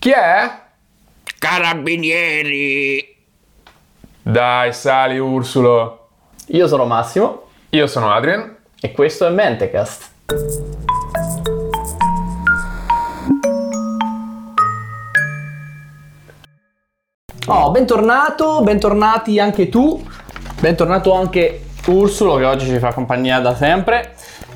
Chi è? Carabinieri! Dai, sali Ursulo. Io sono Massimo Io sono Adrian. e questo è Mentecast. Oh, bentornati anche tu, bentornato anche Ursulo che oggi ci fa compagnia da sempre.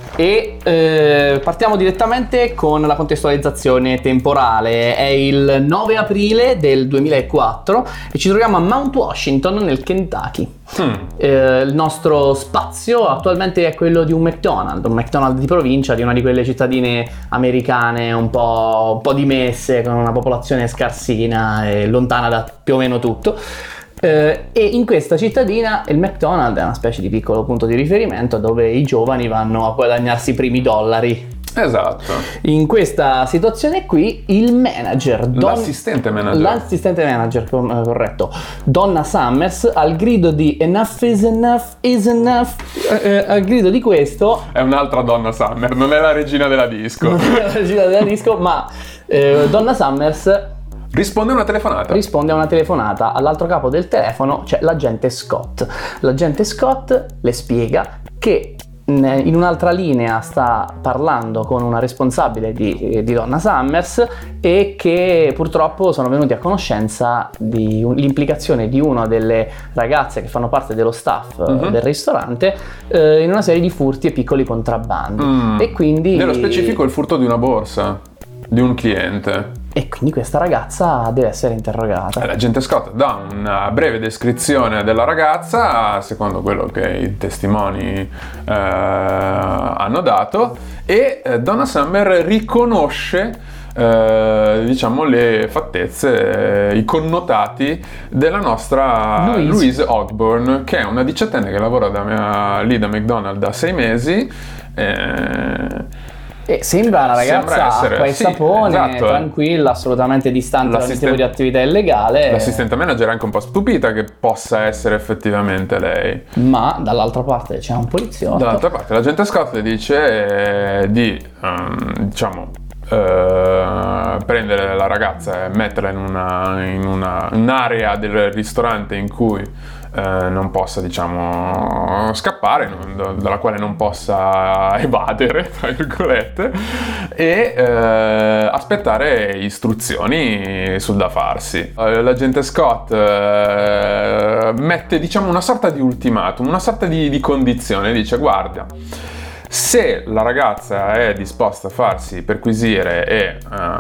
E partiamo direttamente con la contestualizzazione temporale. È il 9 aprile del 2004 e ci troviamo a Mount Washington nel Kentucky. Il nostro spazio attualmente è quello di un McDonald's di provincia, di una di quelle cittadine americane un po' dimesse, con una popolazione scarsina e lontana da più o meno tutto. E in questa cittadina il McDonald's è una specie di piccolo punto di riferimento dove i giovani vanno a guadagnarsi i primi dollari. Esatto. In questa situazione qui il manager, L'assistente manager, corretto, Donna Summers, al grido di enough is enough, al grido di questo è un'altra Donna Summer, non è la regina della disco. ma Donna Summers Risponde a una telefonata. All'altro capo del telefono c'è l'agente Scott. L'agente Scott le spiega che in un'altra linea sta parlando con una responsabile di Donna Summers e che purtroppo sono venuti a conoscenza dell'implicazione di una delle ragazze che fanno parte dello staff del ristorante in una serie di furti e piccoli contrabbandi. E quindi, nello specifico, il furto di una borsa di un cliente. E quindi questa ragazza deve essere interrogata. L'agente Scott dà una breve descrizione della ragazza, secondo quello che i testimoni hanno dato, e Donna Summer riconosce le fattezze, i connotati della nostra Louise Ogburn, che è una 18enne che lavora lì da McDonald's da 6 mesi. E sembra una ragazza acqua e sapone, esatto, tranquilla, assolutamente distante da ogni tipo di attività illegale. L'assistente manager è anche un po' stupita che possa essere effettivamente lei. Ma dall'altra parte c'è un poliziotto. Dall'altra parte l'agente Scott le dice di prendere la ragazza e metterla in un'area del ristorante in cui non possa scappare, dalla quale non possa evadere, tra virgolette, e aspettare istruzioni sul da farsi. L'agente Scott mette una sorta di ultimatum, una sorta di condizione, dice: guarda, se la ragazza è disposta a farsi perquisire e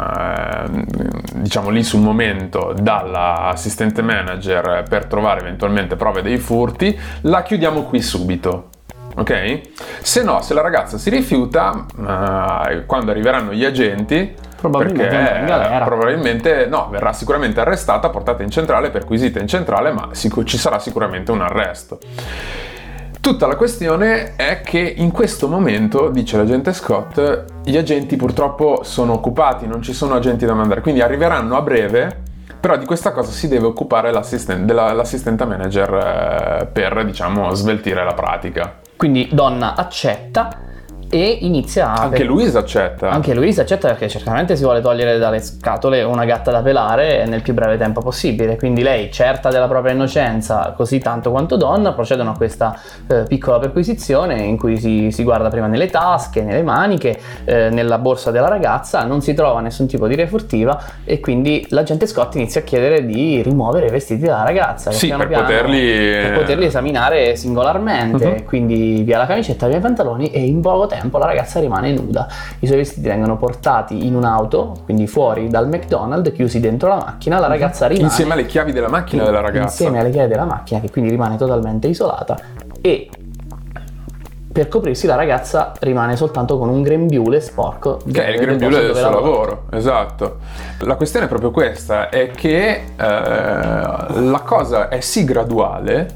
lì sul momento dall'assistente manager per trovare eventualmente prove dei furti, la chiudiamo qui subito. Ok? Se no, se la ragazza si rifiuta, quando arriveranno gli agenti, probabilmente verrà sicuramente arrestata, portata in centrale, perquisita in centrale, ma ci sarà sicuramente un arresto. Tutta la questione è che in questo momento, dice l'agente Scott, gli agenti purtroppo sono occupati, non ci sono agenti da mandare, quindi arriveranno a breve, però di questa cosa si deve occupare l'assistente manager per, sveltire la pratica. Quindi Donna accetta e inizia Anche Louise accetta perché certamente si vuole togliere dalle scatole una gatta da pelare nel più breve tempo possibile. Quindi lei, certa della propria innocenza così tanto quanto Donna, procedono a questa piccola perquisizione in cui si guarda prima nelle tasche, nelle maniche, nella borsa della ragazza. Non si trova nessun tipo di refurtiva e quindi l'agente Scott inizia a chiedere di rimuovere i vestiti della ragazza, per poterli esaminare singolarmente. Quindi via la camicetta, via i pantaloni, e in poco tempo la ragazza rimane nuda. I suoi vestiti vengono portati in un'auto, quindi fuori dal McDonald's, chiusi dentro la macchina. La ragazza rimane insieme alle chiavi della macchina della ragazza. Insieme alle chiavi della macchina, che quindi rimane totalmente isolata, e per coprirsi la ragazza rimane soltanto con un grembiule sporco, che è il grembiule del suo lavoro. Esatto. La questione è proprio questa, è che la cosa è sì graduale,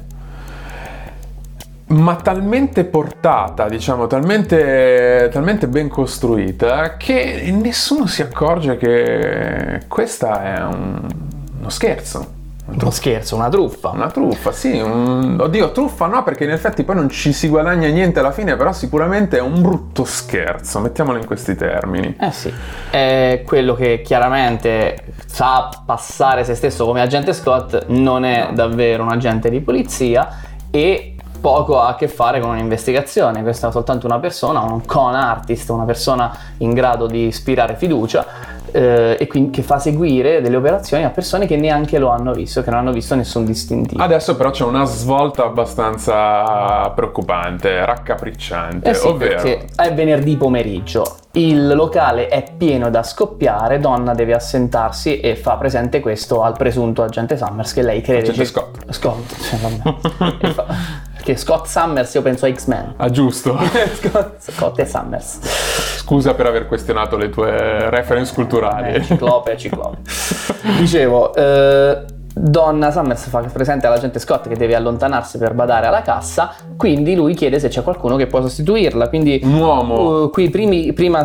ma talmente portata, talmente ben costruita, che nessuno si accorge che questa è uno scherzo. Uno scherzo, una truffa. Una truffa, sì. Oddio, truffa no, perché in effetti poi non ci si guadagna niente alla fine, però sicuramente è un brutto scherzo, mettiamolo in questi termini. Sì, è quello che chiaramente fa passare se stesso come agente Scott, non è davvero un agente di polizia e poco ha a che fare con un'investigazione. Questa è soltanto una persona, un con artist, una persona in grado di ispirare fiducia, e quindi che fa seguire delle operazioni a persone che neanche lo hanno visto, che non hanno visto nessun distintivo. Adesso però c'è una svolta abbastanza preoccupante, raccapricciante, Sì, ovvero perché è venerdì pomeriggio, il locale è pieno da scoppiare, Donna deve assentarsi e fa presente questo al presunto agente Summers, che lei crede... Agente Scott. Cioè, vabbè. Perché Scott Summers io penso a X-Men. Ah, giusto. Scott e Summers. Scusa per aver questionato le tue reference culturali. Ciclope. Dicevo, Donna Summers fa presente all'agente Scott che deve allontanarsi per badare alla cassa, quindi lui chiede se c'è qualcuno che può sostituirla. Quindi un uomo. Qui prima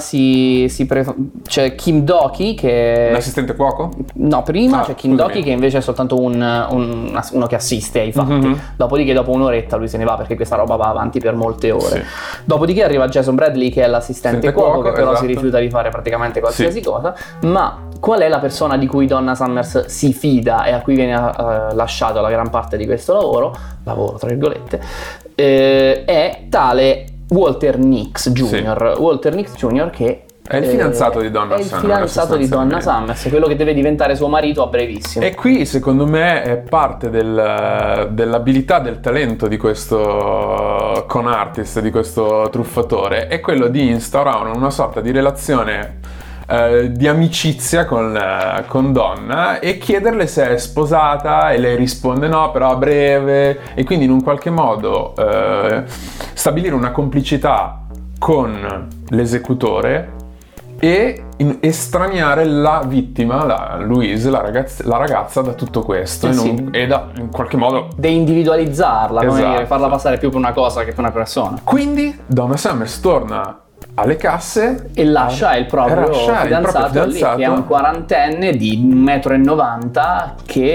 c'è Kim Doki che... Un assistente cuoco? No, prima c'è Kim scusami. Doki che invece è soltanto uno che assiste ai fatti. Dopodiché dopo un'oretta lui se ne va perché questa roba va avanti per molte ore. Sì. Dopodiché arriva Jason Bradley che è l'assistente cuoco, che però esatto. si rifiuta di fare praticamente qualsiasi cosa. Ma qual è la persona di cui Donna Summers si fida e a cui viene lasciato la gran parte di questo lavoro tra virgolette, è tale Walter Nix Jr. Sì. Walter Nix Jr. che è il fidanzato di Donna Summers. È il fidanzato di Donna Summers, quello che deve diventare suo marito a brevissimo. E qui secondo me è parte dell'abilità, del talento di questo con artist, di questo truffatore, è quello di instaurare una sorta di relazione di amicizia con Donna e chiederle se è sposata e lei risponde no, però a breve, e quindi in un qualche modo stabilire una complicità con l'esecutore e estraniare la vittima, Louise, la ragazza, da tutto questo e in qualche modo deindividualizzarla, esatto. come dire, farla passare più per una cosa che per una persona. Quindi Donna Summers torna alle casse e lascia il proprio fidanzato lì, che è un quarantenne di 1,90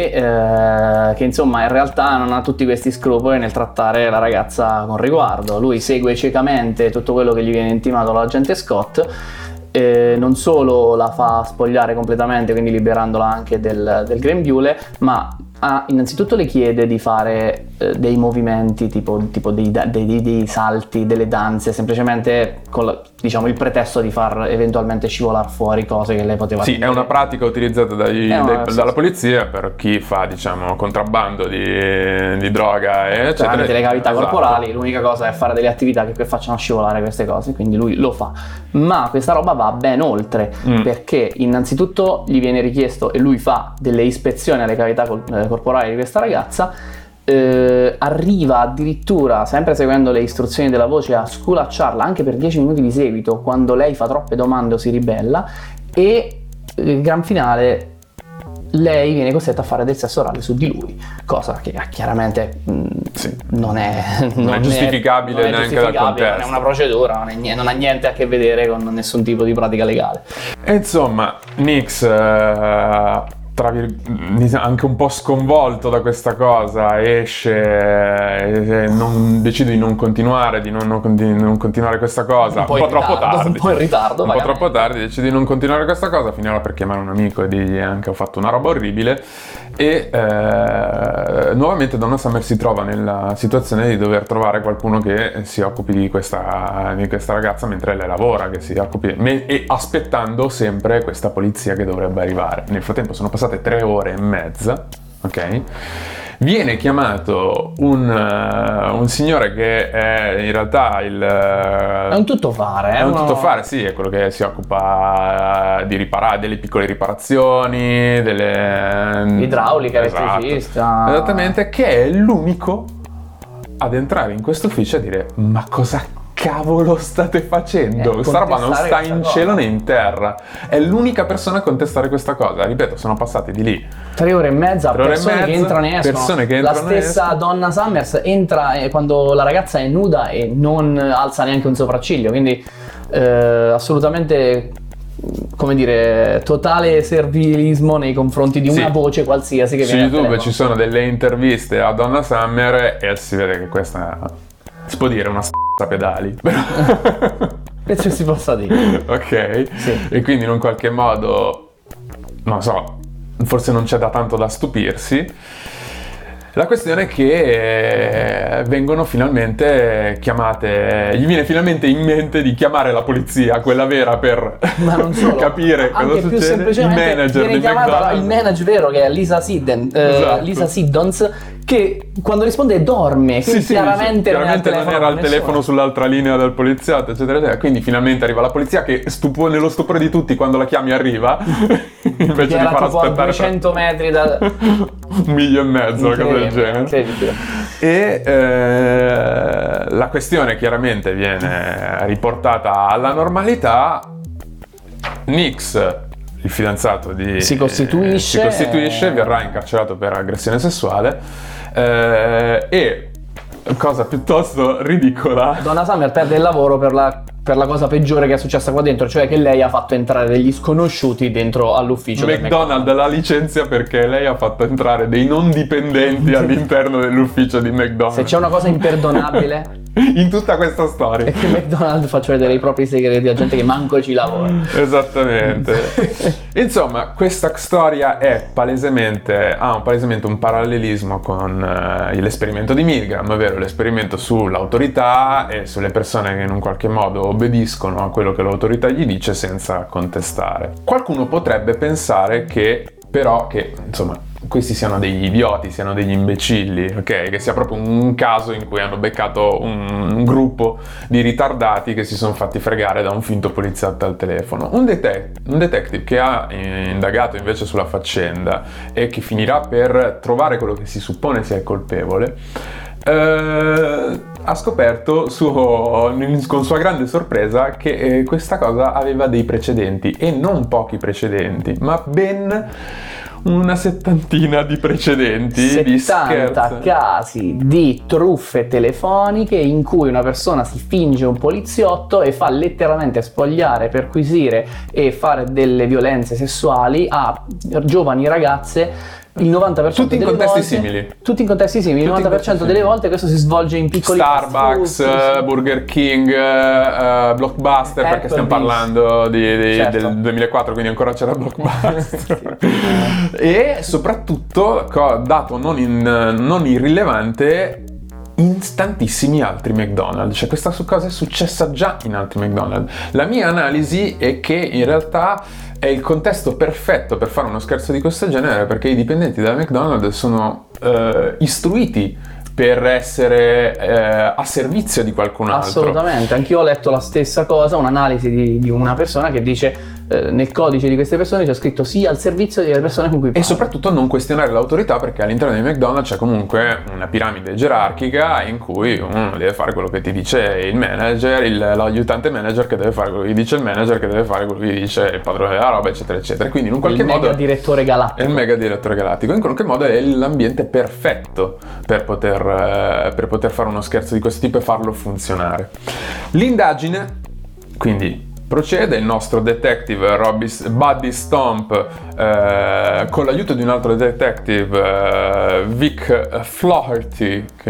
m che insomma in realtà non ha tutti questi scrupoli nel trattare la ragazza con riguardo. Lui segue ciecamente tutto quello che gli viene intimato dall'agente Scott, non solo la fa spogliare completamente, quindi liberandola anche del grembiule, ma innanzitutto le chiede di fare dei movimenti tipo dei salti, delle danze, semplicemente con il pretesto di far eventualmente scivolare fuori cose che lei poteva dire. Sì, è una pratica utilizzata dalla polizia per chi fa contrabbando di droga eccetera. Tramite le cavità corporali, l'unica cosa è fare delle attività che facciano scivolare queste cose, quindi lui lo fa. Ma questa roba va ben oltre, perché innanzitutto gli viene richiesto, e lui fa delle ispezioni alle cavità corporali di questa ragazza, arriva addirittura, sempre seguendo le istruzioni della voce, a sculacciarla anche per 10 minuti di seguito quando lei fa troppe domande o si ribella, e il gran finale lei viene costretta a fare del sesso orale su di lui, cosa che chiaramente non è giustificabile neanche dal contesto. Non è una procedura, non ha niente a che vedere con nessun tipo di pratica legale. E insomma, Nix anche un po' sconvolto da questa cosa esce e decide di non continuare questa cosa un po' troppo tardi decide di non continuare questa cosa, finirà per chiamare un amico e dirgli anche ho fatto una roba orribile, e nuovamente Donna Summer si trova nella situazione di dover trovare qualcuno che si occupi di questa ragazza mentre lei lavora, che si occupi, e aspettando sempre questa polizia che dovrebbe arrivare. Nel frattempo sono passate 3 ore e mezza, ok? Viene chiamato un signore che è in realtà è un tuttofare, è un tuttofare, sì, è quello che si occupa di riparare delle piccole riparazioni, delle idraulica, elettricista, esattamente, che è l'unico ad entrare in questo ufficio e dire ma cosa cavolo state facendo? Questa roba non sta in cielo né in terra. È l'unica persona a contestare questa cosa. Ripeto, sono passati di lì 3 ore e mezza, persone che entrano e escono. La stessa Donna Summers entra quando la ragazza è nuda e non alza neanche un sopracciglio, quindi assolutamente come dire, totale servilismo nei confronti di una voce qualsiasi che su viene al YouTube telefono. ci sono delle interviste a Donna Summer e si vede che questa si può dire una a pedali. Penso si possa dire. Ok? Sì. E quindi in un qualche modo, non so, forse non c'è da tanto da stupirsi. La questione è che vengono finalmente chiamate, gli viene finalmente in mente di chiamare la polizia, quella vera, per Ma non solo, capire cosa anche più succede. Il semplicemente manager viene di chiamata McDonald's. il manager vero, che è Lisa Esatto. Lisa Siddons, che quando risponde dorme, quindi chiaramente non era al telefono sull'altra linea del poliziotto, eccetera, eccetera. Quindi finalmente arriva la polizia che nello stupore di tutti, quando la chiami arriva, invece che di era far tipo a aspettare 200 metri da... 1,5 milioni, una cosa del genere. Incredibile. E la questione chiaramente viene riportata alla normalità. Nix, il fidanzato si costituisce, verrà incarcerato per aggressione sessuale e, cosa piuttosto ridicola, Donna Summer perde il lavoro per la cosa peggiore che è successa qua dentro, cioè che lei ha fatto entrare degli sconosciuti dentro all'ufficio del McDonald's la licenzia perché lei ha fatto entrare dei non dipendenti all'interno dell'ufficio di McDonald's. Se c'è una cosa imperdonabile in tutta questa storia è che McDonald's faccia vedere i propri segreti a gente che manco ci lavora. Esattamente. Insomma, questa storia ha palesemente un parallelismo con l'esperimento di Milgram, ovvero l'esperimento sull'autorità e sulle persone che in un qualche modo obbediscono a quello che l'autorità gli dice senza contestare. Qualcuno potrebbe pensare che insomma questi siano degli idioti, siano degli imbecilli, ok? Che sia proprio un caso in cui hanno beccato un gruppo di ritardati che si sono fatti fregare da un finto poliziotto al telefono. Un detective che ha indagato invece sulla faccenda e che finirà per trovare quello che si suppone sia il colpevole, ha scoperto con sua grande sorpresa che questa cosa aveva dei precedenti, e non pochi precedenti, ma ben una settantina di precedenti. 70 casi di truffe telefoniche in cui una persona si finge un poliziotto e fa letteralmente spogliare, perquisire e fare delle violenze sessuali a giovani ragazze. Il 90% tutti in delle contesti volte, simili. Tutti in contesti simili. Il 90% delle volte questo si svolge in piccoli Starbucks, fast food, Burger King, Blockbuster, perché stiamo parlando certo. del 2004, quindi ancora c'era Blockbuster. E soprattutto, dato non irrilevante, in tantissimi altri McDonald's. Cioè, questa cosa è successa già in altri McDonald's. La mia analisi è che in realtà è il contesto perfetto per fare uno scherzo di questo genere, perché i dipendenti della McDonald's sono istruiti per essere a servizio di qualcun altro. Assolutamente, anch'io ho letto la stessa cosa, un'analisi di una persona che dice nel codice di queste persone c'è scritto sì al servizio delle persone con cui parli. E soprattutto non questionare l'autorità, perché all'interno di McDonald's c'è comunque una piramide gerarchica in cui uno deve fare quello che ti dice il manager, l'aiutante manager che deve fare quello che gli dice il manager, che deve fare quello che gli dice il padrone della roba, eccetera eccetera. Quindi in un qualche modo il mega direttore galattico. In qualche modo è l'ambiente perfetto per poter fare uno scherzo di questo tipo e farlo funzionare. L'indagine quindi procede. Il nostro detective Buddy Stomp, con l'aiuto di un altro detective, Vic Flaherty, che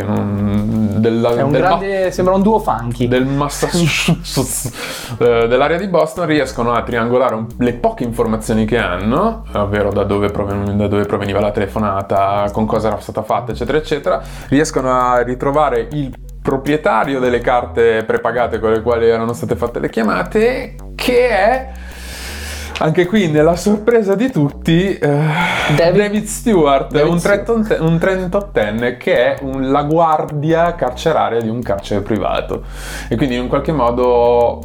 sembra un duo funky del Massachusetts, dell'area di Boston, riescono a triangolare le poche informazioni che hanno, ovvero da dove proveniva la telefonata, con cosa era stata fatta, eccetera eccetera. Riescono a ritrovare il proprietario delle carte prepagate con le quali erano state fatte le chiamate, che è, anche qui nella sorpresa di tutti, David Stewart, un 38enne che è la guardia carceraria di un carcere privato, e quindi in qualche modo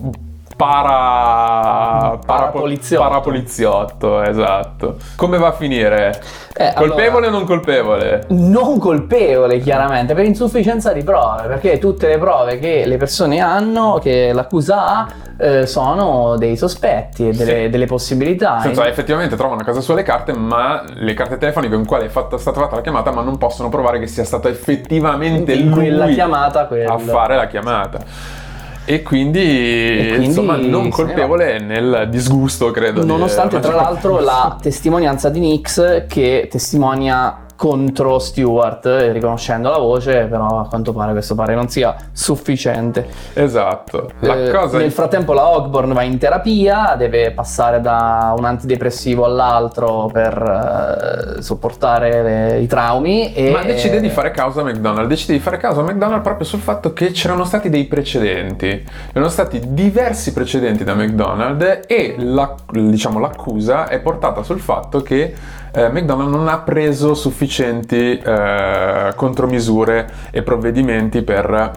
parapoliziotto, esatto. Come va a finire? Colpevole o non colpevole? Non colpevole, chiaramente, per insufficienza di prove, perché tutte le prove che le persone hanno, che l'accusa ha, sono dei sospetti e delle possibilità. Senza, effettivamente trovano a casa sua le carte telefoniche con quali è stata fatta la chiamata, ma non possono provare che sia stato effettivamente lui quella chiamata a fare la chiamata. e quindi insomma non colpevole nel disgusto, credo. Nonostante tra l'altro la testimonianza di Nix che testimonia contro Stewart, riconoscendo la voce, però a quanto pare questo pare non sia sufficiente. Esatto. Nel frattempo la Ogborn va in terapia, deve passare da un antidepressivo all'altro per sopportare i traumi ma decide di fare causa a McDonald. Proprio sul fatto che c'erano stati dei precedenti, erano stati diversi precedenti da McDonald, e l'accusa è portata sul fatto che McDonald non ha preso sufficienti contromisure e provvedimenti per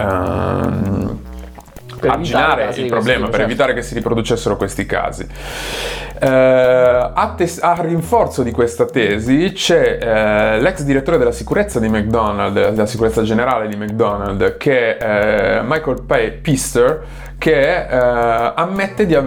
arginare il problema, per evitare che si riproducessero questi casi. A rinforzo di questa tesi c'è l'ex direttore della sicurezza di McDonald, della sicurezza generale di McDonald, che è Michael Pister, che ammette di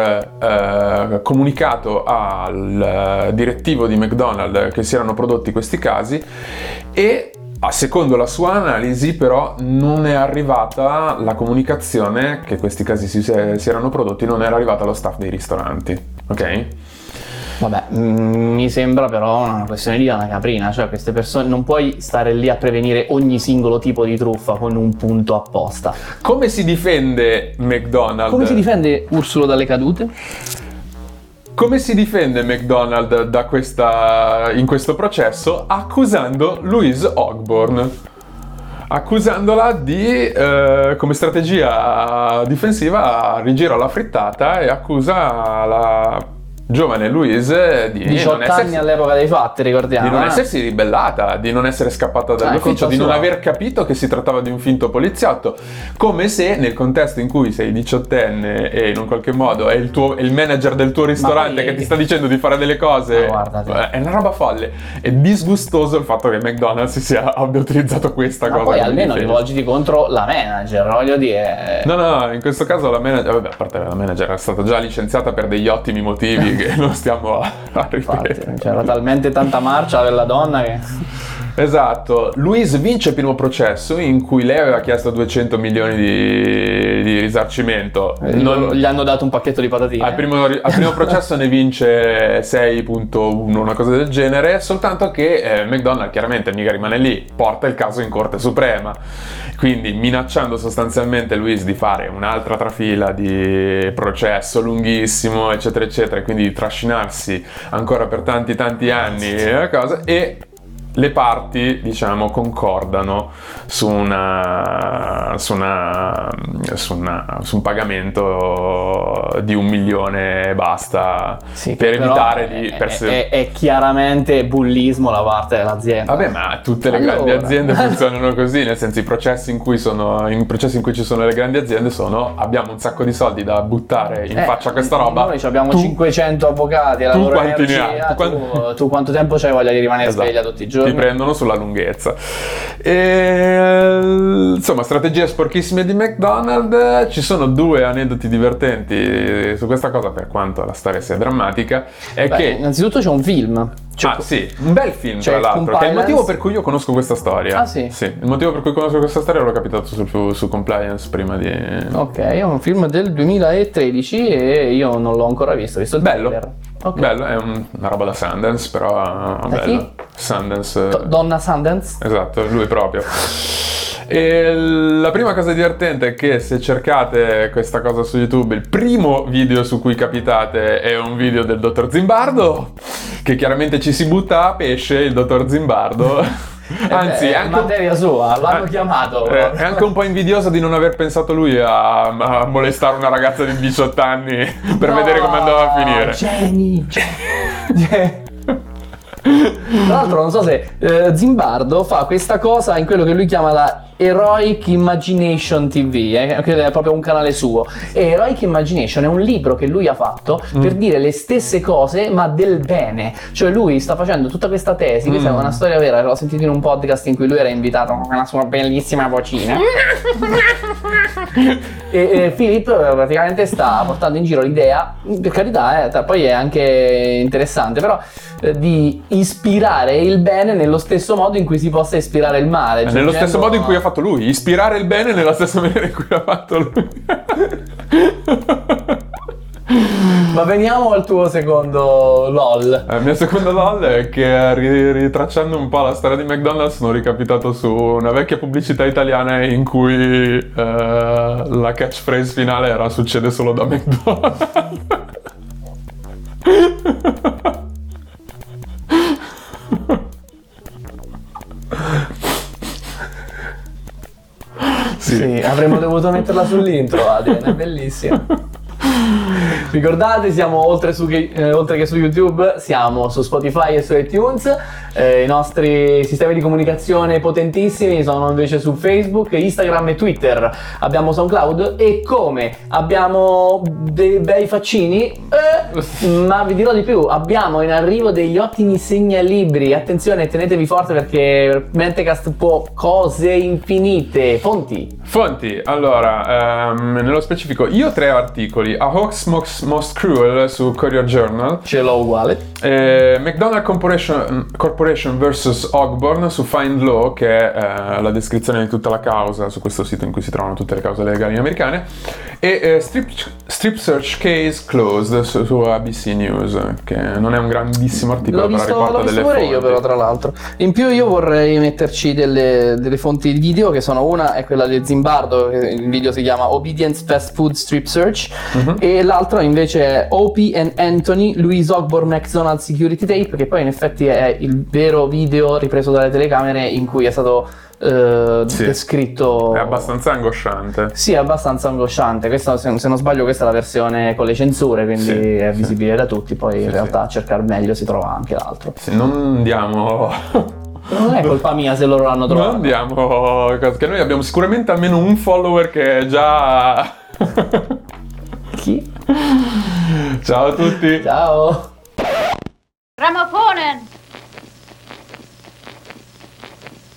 aver comunicato al direttivo di McDonald che si erano prodotti questi casi, e secondo la sua analisi però non è arrivata la comunicazione che questi casi si erano prodotti, non era arrivata allo staff dei ristoranti, ok? Vabbè, mi sembra però una questione di lana caprina, cioè queste persone non puoi stare lì a prevenire ogni singolo tipo di truffa con un punto apposta. Come si difende McDonald? Come si difende Ursulo dalle cadute? Come si difende McDonald in questo processo? Accusando Louise Ogborn. Accusandola di, come strategia difensiva, rigira la frittata, e accusa la giovane Louise di 18 anni all'epoca dei fatti, ricordiamo. Di non essersi ribellata, di non essere scappata dall'ufficio, di non aver capito che si trattava di un finto poliziotto. Come se nel contesto in cui sei 18enne e in un qualche modo è il manager del tuo ristorante che ti sta dicendo di fare delle cose, è una roba folle. È disgustoso il fatto che McDonald's abbia utilizzato questa cosa. Ma poi almeno rivolgiti contro la manager, voglio dire. No, in questo caso la manager, vabbè, a parte la manager è stata già licenziata per degli ottimi motivi che non stiamo a ripetere. C'era talmente tanta marcia della donna che... Esatto. Louise vince il primo processo, in cui lei aveva chiesto 200 milioni di risarcimento. Gli hanno dato un pacchetto di patatine. Al primo processo ne vince 6.1, una cosa del genere, soltanto che McDonald chiaramente mica rimane lì, porta il caso in Corte Suprema, quindi minacciando sostanzialmente Louise di fare un'altra trafila di processo lunghissimo, eccetera eccetera, e quindi di trascinarsi ancora per tanti anni e le parti, diciamo, concordano su un pagamento di 1 milione e basta, sì, per evitare è chiaramente bullismo da parte dell'azienda. Vabbè, ma tutte le grandi aziende funzionano così, nel senso, i processi in cui ci sono le grandi aziende sono: abbiamo un sacco di soldi da buttare in faccia a questa roba. Noi abbiamo 500 avvocati alla loro energia, tu quanto tempo c'hai voglia di rimanere sveglia tutti i giorni? Ti prendono sulla lunghezza. Insomma, strategie sporchissime di McDonald. Ci sono 2 aneddoti divertenti su questa cosa, per quanto la storia sia drammatica. Che innanzitutto c'è un film. Sì, un bel film, tra l'altro, che è il motivo per cui io conosco questa storia. Ah, sì? Sì, il motivo per cui conosco questa storia l'ho capitato su Compliance prima di... Ok, è un film del 2013 e io non l'ho ancora visto, ho visto il trailer. Okay. Bello, è una roba da Sundance, però bello. Chi? Sundance. Donna Sundance? Esatto, lui proprio. E la prima cosa divertente è che, se cercate questa cosa su YouTube, il primo video su cui capitate è un video del dottor Zimbardo, che chiaramente ci si butta a pesce, il dottor Zimbardo. Anzi, è materia sua, l'hanno chiamato. È anche un po' invidioso di non aver pensato lui a molestare una ragazza di 18 anni per vedere come andava a finire. Geni. Tra l'altro non so se Zimbardo fa questa cosa in quello che lui chiama la Heroic Imagination TV, che è proprio un canale suo. E Heroic Imagination è un libro che lui ha fatto per dire le stesse cose ma del bene. Cioè lui sta facendo tutta questa tesi, questa è una storia vera, l'ho sentito in un podcast in cui lui era invitato con la sua bellissima vocina. E Philip praticamente sta portando in giro l'idea, per carità, poi è anche interessante, però di ispirare il bene nello stesso modo in cui si possa ispirare il male. Nello stesso modo in cui ha fatto fatto lui, ispirare il bene nella stessa maniera in cui l'ha fatto lui. Ma veniamo al tuo secondo LOL. Il mio secondo LOL è che ritracciando un po' la storia di McDonald's sono ricapitato su una vecchia pubblicità italiana in cui la catchphrase finale era "succede solo da McDonald's". Sì, avremmo dovuto metterla sull'intro, Adrian, è bellissima. Ricordate, siamo oltre che su YouTube, siamo su Spotify e su iTunes. I nostri sistemi di comunicazione potentissimi sono invece su Facebook, Instagram e Twitter. Abbiamo SoundCloud e come abbiamo dei bei faccini, ma vi dirò di più, abbiamo in arrivo degli ottimi segnalibri. Attenzione, tenetevi forte perché Mentecast può cose infinite. Fonti, allora, nello specifico io ho 3 articoli: A Hawk's Most Cruel su Courier Journal, ce l'ho uguale, McDonald Corporation vs. Ogborn su Find Law, che è la descrizione di tutta la causa su questo sito in cui si trovano tutte le cause legali americane, e Strip Search Case Closed su ABC News, che non è un grandissimo articolo, però riporta delle fonti. Io però, tra l'altro. In più io vorrei metterci delle fonti video, che sono: una è quella di Zimbardo, che il video si chiama Obedience Fast Food Strip Search, e l'altro invece è Opie and Anthony Louis Ogborn McDonald's Security Tape, che poi in effetti è il vero video ripreso dalle telecamere in cui è stato descritto. È abbastanza angosciante. Sì, è abbastanza angosciante. Questa, se non sbaglio, questa è la versione con le censure, quindi è visibile da tutti. Poi in realtà a cercare meglio si trova anche l'altro. Se non andiamo... Non è colpa mia se loro l'hanno trovato. Non andiamo, che noi abbiamo sicuramente almeno un follower che è già... Chi? Ciao a tutti. Ciao.